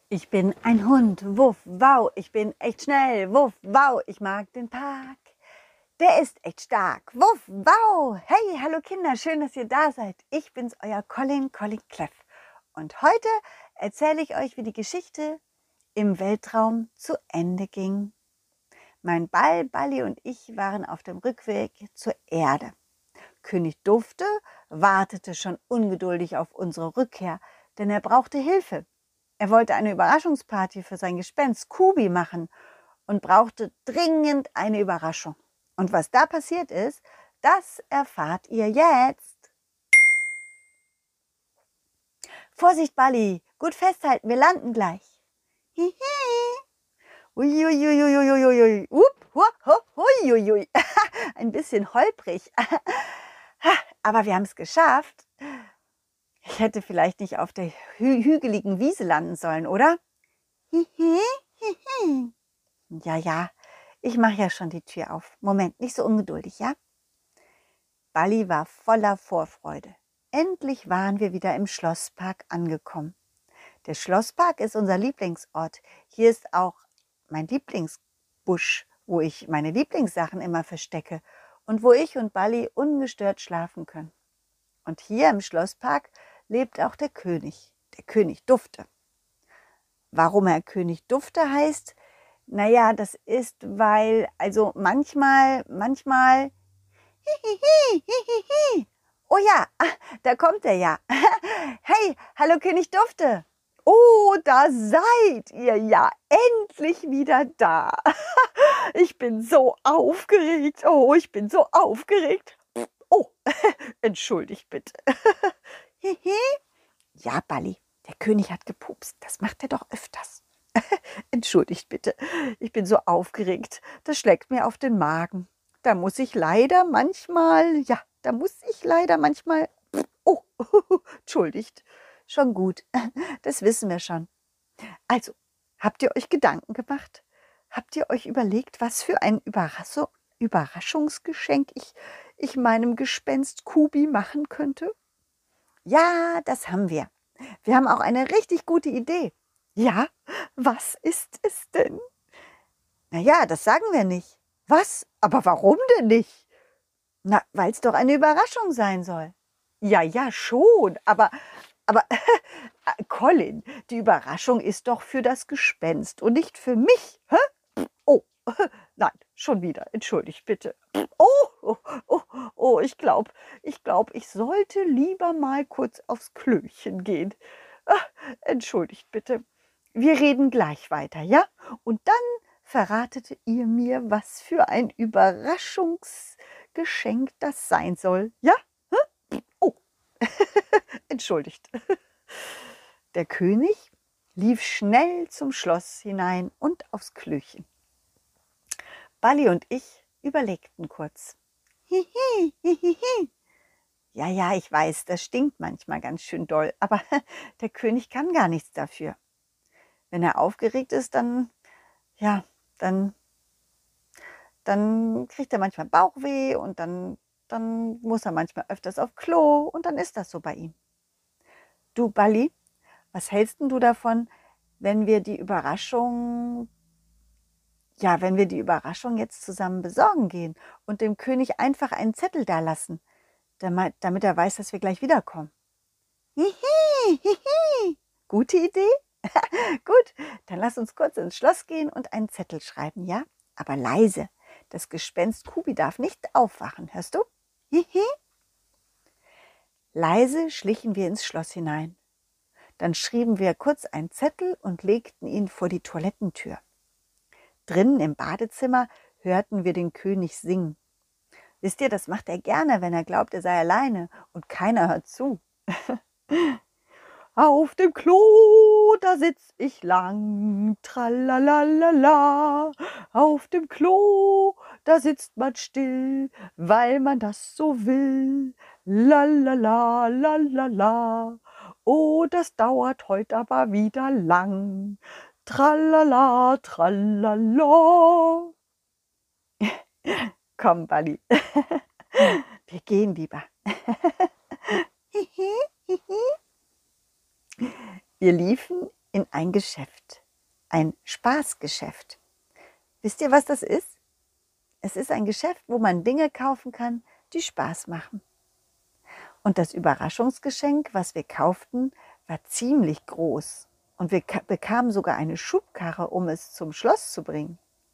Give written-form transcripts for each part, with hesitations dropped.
Ich bin ein Hund, wuff, wow, ich bin echt schnell, wuff, wow, ich mag den Park. Der ist echt stark, wuff, wow. Hey, hallo Kinder, schön, dass ihr da seid. Ich bin's, euer Colin Cleff. Und heute erzähle ich euch, wie die Geschichte im Weltraum zu Ende ging. Mein Ball, Balli und ich waren auf dem Rückweg zur Erde. König Dufte wartete schon ungeduldig auf unsere Rückkehr, denn er brauchte Hilfe. Er wollte eine Überraschungsparty für sein Gespenst Kubi machen und brauchte dringend eine Überraschung. Und was da passiert ist, das erfahrt ihr jetzt. Vorsicht, Balli, gut festhalten, wir landen gleich. Hihi. Uiuiuiuiuiui. Uiuiui. Ein bisschen holprig. Aber wir haben es geschafft. Ich hätte vielleicht nicht auf der hügeligen Wiese landen sollen, oder? Ja, ich mache ja schon die Tür auf. Moment, nicht so ungeduldig, ja? Balli war voller Vorfreude. Endlich waren wir wieder im Schlosspark angekommen. Der Schlosspark ist unser Lieblingsort. Hier ist auch mein Lieblingsbusch, wo ich meine Lieblingssachen immer verstecke und wo ich und Balli ungestört schlafen können. Und hier im Schlosspark lebt auch der König Dufte. Warum er König Dufte heißt? Naja, das ist, weil, also manchmal, oh ja, da kommt er ja. Hey, hallo König Dufte. Oh, da seid ihr ja endlich wieder da. Ich bin so aufgeregt. Oh, ich bin so aufgeregt. Oh, entschuldigt bitte. Ja, Balli, der König hat gepupst. Das macht er doch öfters. Entschuldigt bitte, ich bin so aufgeregt. Das schlägt mir auf den Magen. Da muss ich leider manchmal, oh, entschuldigt. Schon gut, das wissen wir schon. Also, habt ihr euch Gedanken gemacht? Habt ihr euch überlegt, was für ein Überraschungsgeschenk ich meinem Gespenst Kubi machen könnte? Ja, das haben wir. Wir haben auch eine richtig gute Idee. Ja, was ist es denn? Naja, das sagen wir nicht. Was? Aber warum denn nicht? Na, weil es doch eine Überraschung sein soll. Ja, schon, aber Colin, die Überraschung ist doch für das Gespenst und nicht für mich. Hä? Oh, nein, schon wieder, entschuldigt bitte. Oh, ich glaube, ich sollte lieber mal kurz aufs Klöchen gehen. Entschuldigt bitte. Wir reden gleich weiter, ja? Und dann verratet ihr mir, was für ein Überraschungsgeschenk das sein soll, ja? Oh, entschuldigt. Der König lief schnell zum Schloss hinein und aufs Klöchen. Balli und ich überlegten kurz. Hihi. Ja, ich weiß, das stinkt manchmal ganz schön doll, aber der König kann gar nichts dafür. Wenn er aufgeregt ist, dann kriegt er manchmal Bauchweh und dann muss er manchmal öfters auf Klo und dann ist das so bei ihm. Du, Balli, was hältst denn du davon, wenn wir die Überraschung jetzt zusammen besorgen gehen und dem König einfach einen Zettel dalassen, damit er weiß, dass wir gleich wiederkommen? Hihi. Gute Idee? Gut, dann lass uns kurz ins Schloss gehen und einen Zettel schreiben, ja? Aber leise. Das Gespenst Kubi darf nicht aufwachen, hörst du? Hihi. Leise schlichen wir ins Schloss hinein. Dann schrieben wir kurz einen Zettel und legten ihn vor die Toilettentür. Drinnen im Badezimmer hörten wir den König singen. Wisst ihr, das macht er gerne, wenn er glaubt, er sei alleine und keiner hört zu. Auf dem Klo, da sitz ich lang, tralalala. Auf dem Klo, da sitzt man still, weil man das so will. Lalala, lalala. Oh, das dauert heute aber wieder lang. Tralala, tralala. Komm, Balli, wir gehen lieber. Wir liefen in ein Geschäft, ein Spaßgeschäft. Wisst ihr, was das ist? Es ist ein Geschäft, wo man Dinge kaufen kann, die Spaß machen. Und das Überraschungsgeschenk, was wir kauften, war ziemlich groß. Und wir bekamen sogar eine Schubkarre, um es zum Schloss zu bringen.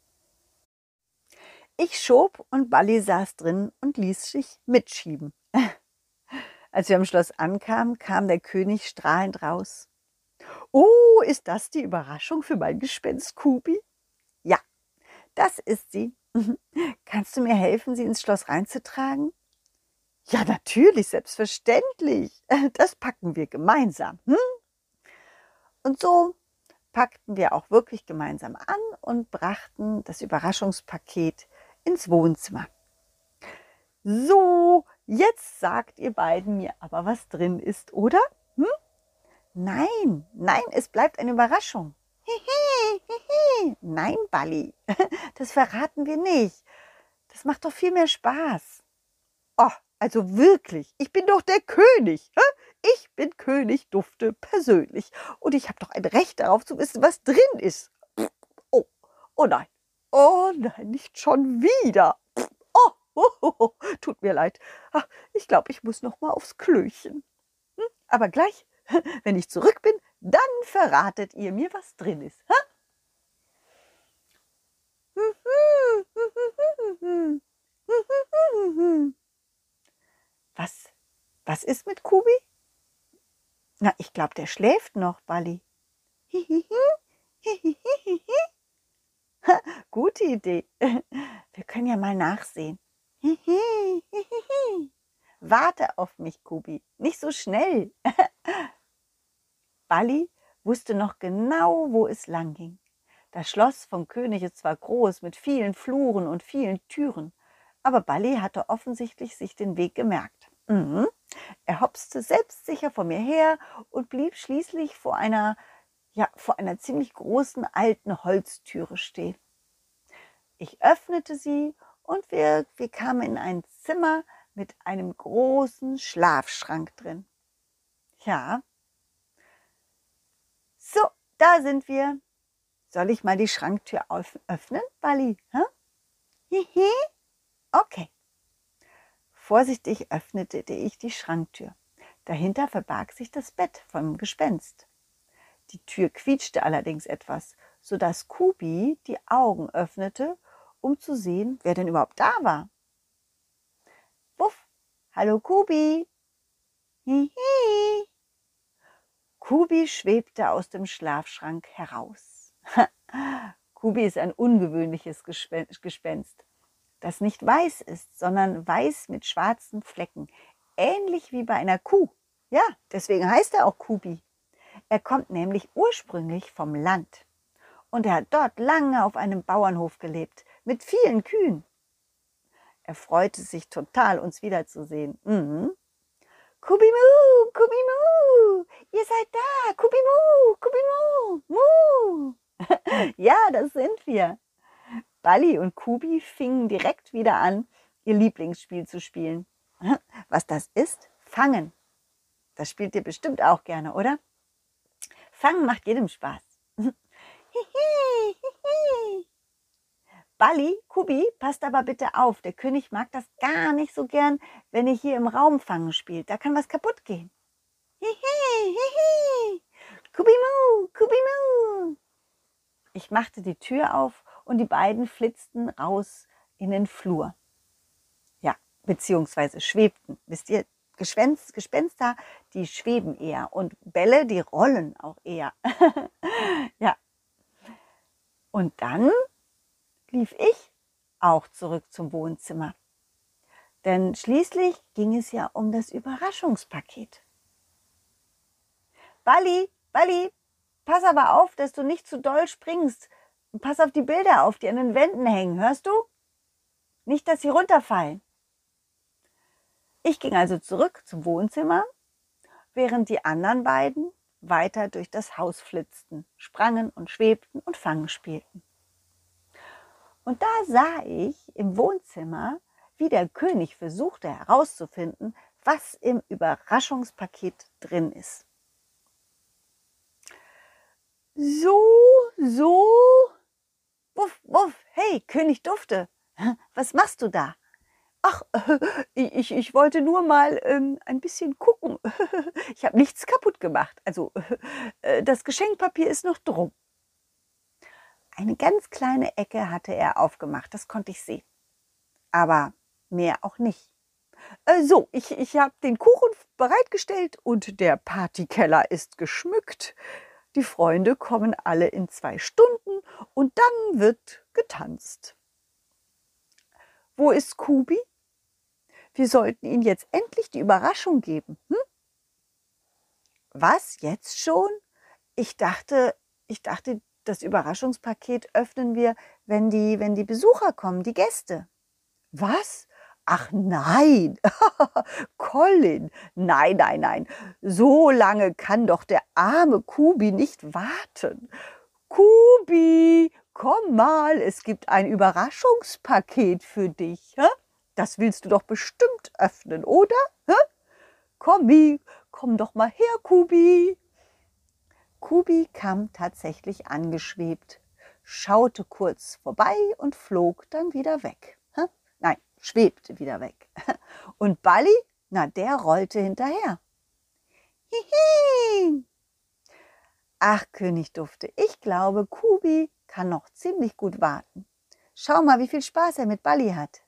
Ich schob und Balli saß drin und ließ sich mitschieben. Als wir am Schloss ankamen, kam der König strahlend raus. »Oh, ist das die Überraschung für mein Gespenst Kubi?« »Ja, das ist sie. Kannst du mir helfen, sie ins Schloss reinzutragen?« »Ja, natürlich, selbstverständlich. Das packen wir gemeinsam.« Und so packten wir auch wirklich gemeinsam an und brachten das Überraschungspaket ins Wohnzimmer. »So, jetzt sagt ihr beiden mir aber, was drin ist, oder? Nein, nein, es bleibt eine Überraschung.« »Nein, Balli, das verraten wir nicht. Das macht doch viel mehr Spaß.« »Oh, also wirklich, ich bin doch der König. Ich bin König Dufte persönlich. Und ich habe doch ein Recht darauf zu wissen, was drin ist. Oh, oh nein, nicht schon wieder. Tut mir leid. Ich glaube, ich muss noch mal aufs Klöchen. Aber gleich, wenn ich zurück bin, dann verratet ihr mir, was drin ist. Was ist mit Kubi? Na, ich glaube, der schläft noch, Balli. Gute Idee. Wir können ja mal nachsehen. Warte auf mich, Kubi. Nicht so schnell. Balli wusste noch genau, wo es lang ging. Das Schloss vom König ist zwar groß, mit vielen Fluren und vielen Türen, aber Balli hatte offensichtlich sich den Weg gemerkt. Er hopste selbstsicher vor mir her und blieb schließlich vor einer ziemlich großen alten Holztüre stehen. Ich öffnete sie und wir kamen in ein Zimmer mit einem großen Schlafschrank drin. Ja, so, da sind wir. Soll ich mal die Schranktür öffnen, Balli? Okay. Vorsichtig öffnete ich die Schranktür. Dahinter verbarg sich das Bett vom Gespenst. Die Tür quietschte allerdings etwas, sodass Kubi die Augen öffnete, um zu sehen, wer denn überhaupt da war. Wuff, hallo Kubi. Hihi. Kubi schwebte aus dem Schlafschrank heraus. Kubi ist ein ungewöhnliches Gespenst, das nicht weiß ist, sondern weiß mit schwarzen Flecken, ähnlich wie bei einer Kuh. Ja, deswegen heißt er auch Kubi. Er kommt nämlich ursprünglich vom Land und er hat dort lange auf einem Bauernhof gelebt, mit vielen Kühen. Er freute sich total, uns wiederzusehen. Kubimu, Kubimu, ihr seid da, Kubimu, Kubimu, mu. Ja, das sind wir. Balli und Kubi fingen direkt wieder an, ihr Lieblingsspiel zu spielen. Was das ist? Fangen. Das spielt ihr bestimmt auch gerne, oder? Fangen macht jedem Spaß. Balli, Kubi, passt aber bitte auf. Der König mag das gar nicht so gern, wenn ihr hier im Raum Fangen spielt. Da kann was kaputt gehen. Kubimu, Kubimu. Ich machte die Tür auf und die beiden flitzten raus in den Flur. Ja, beziehungsweise schwebten. Wisst ihr, Gespenster, die schweben eher und Bälle, die rollen auch eher. Ja. Und dann lief ich auch zurück zum Wohnzimmer. Denn schließlich ging es ja um das Überraschungspaket. Balli, Balli, pass aber auf, dass du nicht zu doll springst. Und pass auf die Bilder auf, die an den Wänden hängen, hörst du? Nicht, dass sie runterfallen. Ich ging also zurück zum Wohnzimmer, während die anderen beiden weiter durch das Haus flitzten, sprangen und schwebten und Fangen spielten. Und da sah ich im Wohnzimmer, wie der König versuchte herauszufinden, was im Überraschungspaket drin ist. So, so. Wuff, wuff. Hey, König Dufte. Was machst du da? Ach, ich wollte nur mal ein bisschen gucken. Ich habe nichts kaputt gemacht. Also, das Geschenkpapier ist noch drum. Eine ganz kleine Ecke hatte er aufgemacht, das konnte ich sehen. Aber mehr auch nicht. So, ich habe den Kuchen bereitgestellt und der Partykeller ist geschmückt. Die Freunde kommen alle in 2 Stunden und dann wird getanzt. Wo ist Kubi? Wir sollten ihm jetzt endlich die Überraschung geben. Hm? Was, jetzt schon? Ich dachte, das Überraschungspaket öffnen wir, wenn die Besucher kommen, die Gäste. Was? Ach nein, Colin, nein, nein, nein, so lange kann doch der arme Kubi nicht warten. Kubi, komm mal, es gibt ein Überraschungspaket für dich. Hä? Das willst du doch bestimmt öffnen, oder? Hä? Komm doch mal her, Kubi. Kubi kam tatsächlich angeschwebt, schaute kurz vorbei und flog dann wieder weg. Nein, schwebte wieder weg. Und Balli, na, der rollte hinterher. Hihi! Ach, König Dufte, ich glaube, Kubi kann noch ziemlich gut warten. Schau mal, wie viel Spaß er mit Balli hat.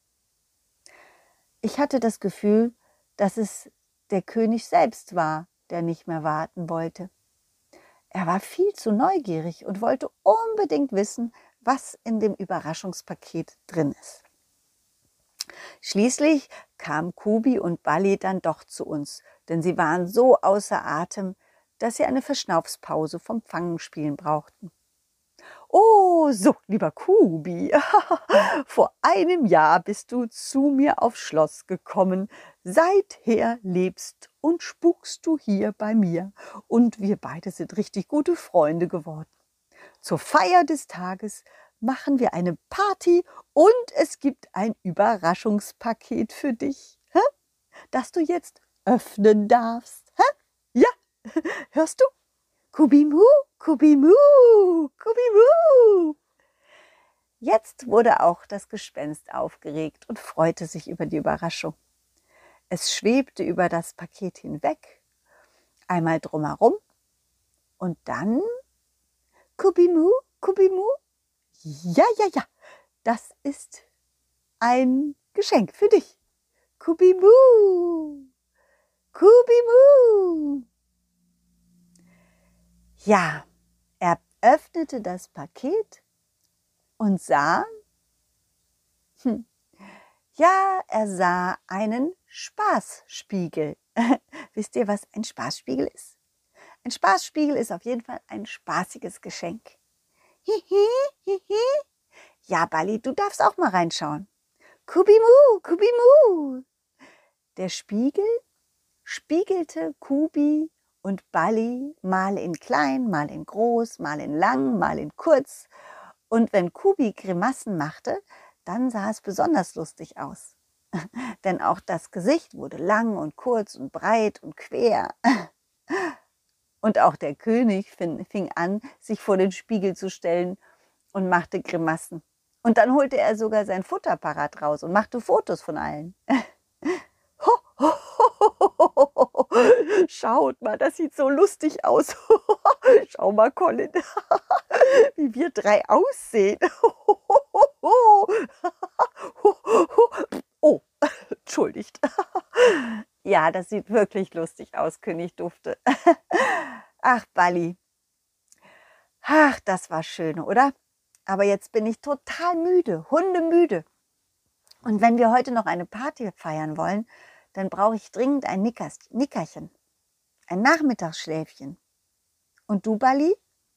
Ich hatte das Gefühl, dass es der König selbst war, der nicht mehr warten wollte. Er war viel zu neugierig und wollte unbedingt wissen, was in dem Überraschungspaket drin ist. Schließlich kamen Kubi und Balli dann doch zu uns, denn sie waren so außer Atem, dass sie eine Verschnaufspause vom Fangenspielen brauchten. Oh, so, lieber Kubi, vor einem Jahr bist du zu mir aufs Schloss gekommen. Seither lebst und spukst du hier bei mir. Und wir beide sind richtig gute Freunde geworden. Zur Feier des Tages machen wir eine Party und es gibt ein Überraschungspaket für dich, das du jetzt öffnen darfst. Ja, hörst du? Kubimu, Kubimu, Kubimu. Jetzt wurde auch das Gespenst aufgeregt und freute sich über die Überraschung. Es schwebte über das Paket hinweg, einmal drumherum und dann Kubimu, Kubimu. Ja, ja, ja, das ist ein Geschenk für dich. Kubimu, Kubimu. Ja, er öffnete das Paket und sah, er sah einen Spaßspiegel. Wisst ihr, was ein Spaßspiegel ist? Ein Spaßspiegel ist auf jeden Fall ein spaßiges Geschenk. Hihi, hihi. Ja, Balli, du darfst auch mal reinschauen. Kubimu, Kubimu. Der Spiegel spiegelte Kubi und Balli mal in klein, mal in groß, mal in lang, mal in kurz. Und wenn Kubi Grimassen machte, dann sah es besonders lustig aus. Denn auch das Gesicht wurde lang und kurz und breit und quer. Und auch der König fing an, sich vor den Spiegel zu stellen und machte Grimassen. Und dann holte er sogar sein Futterapparat raus und machte Fotos von allen. Schaut mal, das sieht so lustig aus. Schau mal, Colin, wie wir 3 aussehen. Oh, entschuldigt. Ja, das sieht wirklich lustig aus, König Dufte. Ach, Balli. Ach, das war schön, oder? Aber jetzt bin ich total müde, hundemüde. Und wenn wir heute noch eine Party feiern wollen, dann brauche ich dringend ein Nickerchen, ein Nachmittagsschläfchen. Und du, Balli?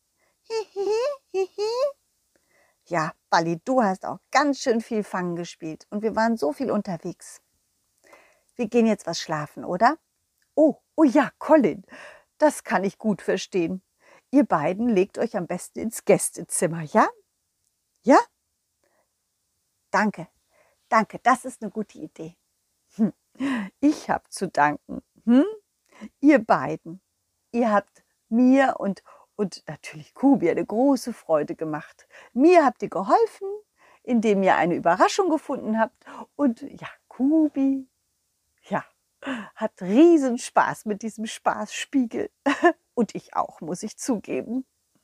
Ja, Balli, du hast auch ganz schön viel Fangen gespielt und wir waren so viel unterwegs. Wir gehen jetzt was schlafen, oder? Oh ja, Colin, das kann ich gut verstehen. Ihr beiden legt euch am besten ins Gästezimmer, ja? Ja? Danke, das ist eine gute Idee. Ich habe zu danken. Ihr beiden, ihr habt mir und Und natürlich Kubi eine große Freude gemacht. Mir habt ihr geholfen, indem ihr eine Überraschung gefunden habt. Und ja, Kubi, ja, hat riesen Spaß mit diesem Spaßspiegel. Und ich auch, muss ich zugeben.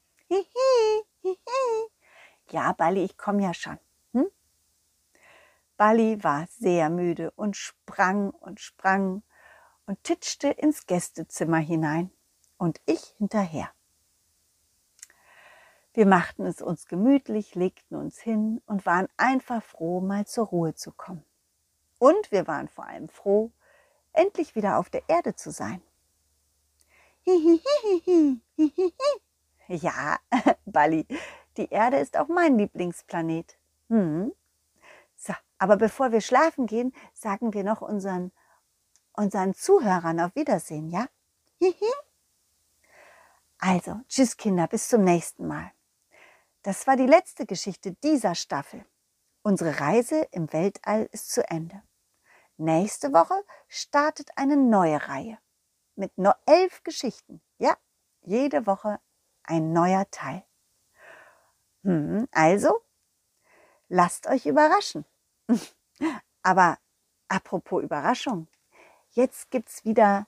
Ja, Balli, ich komme ja schon. Hm? Balli war sehr müde und sprang und titschte ins Gästezimmer hinein. Und ich hinterher. Wir machten es uns gemütlich, legten uns hin und waren einfach froh, mal zur Ruhe zu kommen. Und wir waren vor allem froh, endlich wieder auf der Erde zu sein. Ja, Balli, die Erde ist auch mein Lieblingsplanet. So, aber bevor wir schlafen gehen, sagen wir noch unseren Zuhörern auf Wiedersehen, ja? Also, tschüss Kinder, bis zum nächsten Mal. Das war die letzte Geschichte dieser Staffel. Unsere Reise im Weltall ist zu Ende. Nächste Woche startet eine neue Reihe mit 11 Geschichten. Ja, jede Woche ein neuer Teil. Also, lasst euch überraschen. Aber apropos Überraschung, jetzt gibt's wieder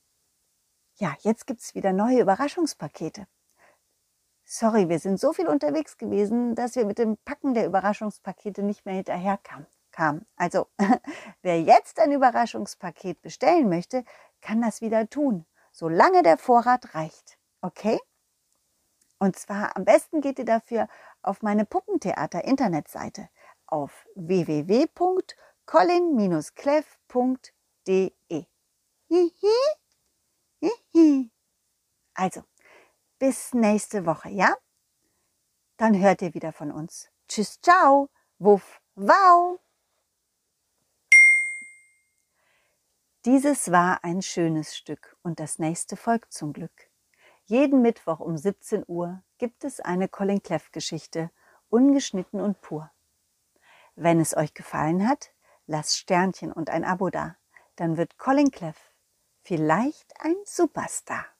neue Überraschungspakete. Sorry, wir sind so viel unterwegs gewesen, dass wir mit dem Packen der Überraschungspakete nicht mehr hinterherkamen. Also, wer jetzt ein Überraschungspaket bestellen möchte, kann das wieder tun, solange der Vorrat reicht. Okay? Und zwar am besten geht ihr dafür auf meine Puppentheater-Internetseite auf www.colin-cleff.de. Also, bis nächste Woche, ja? Dann hört ihr wieder von uns. Tschüss, ciao, wuff, wow. Dieses war ein schönes Stück und das nächste folgt zum Glück. Jeden Mittwoch um 17 Uhr gibt es eine Colin Cleff-Geschichte, ungeschnitten und pur. Wenn es euch gefallen hat, lasst Sternchen und ein Abo da. Dann wird Colin Cleff vielleicht ein Superstar.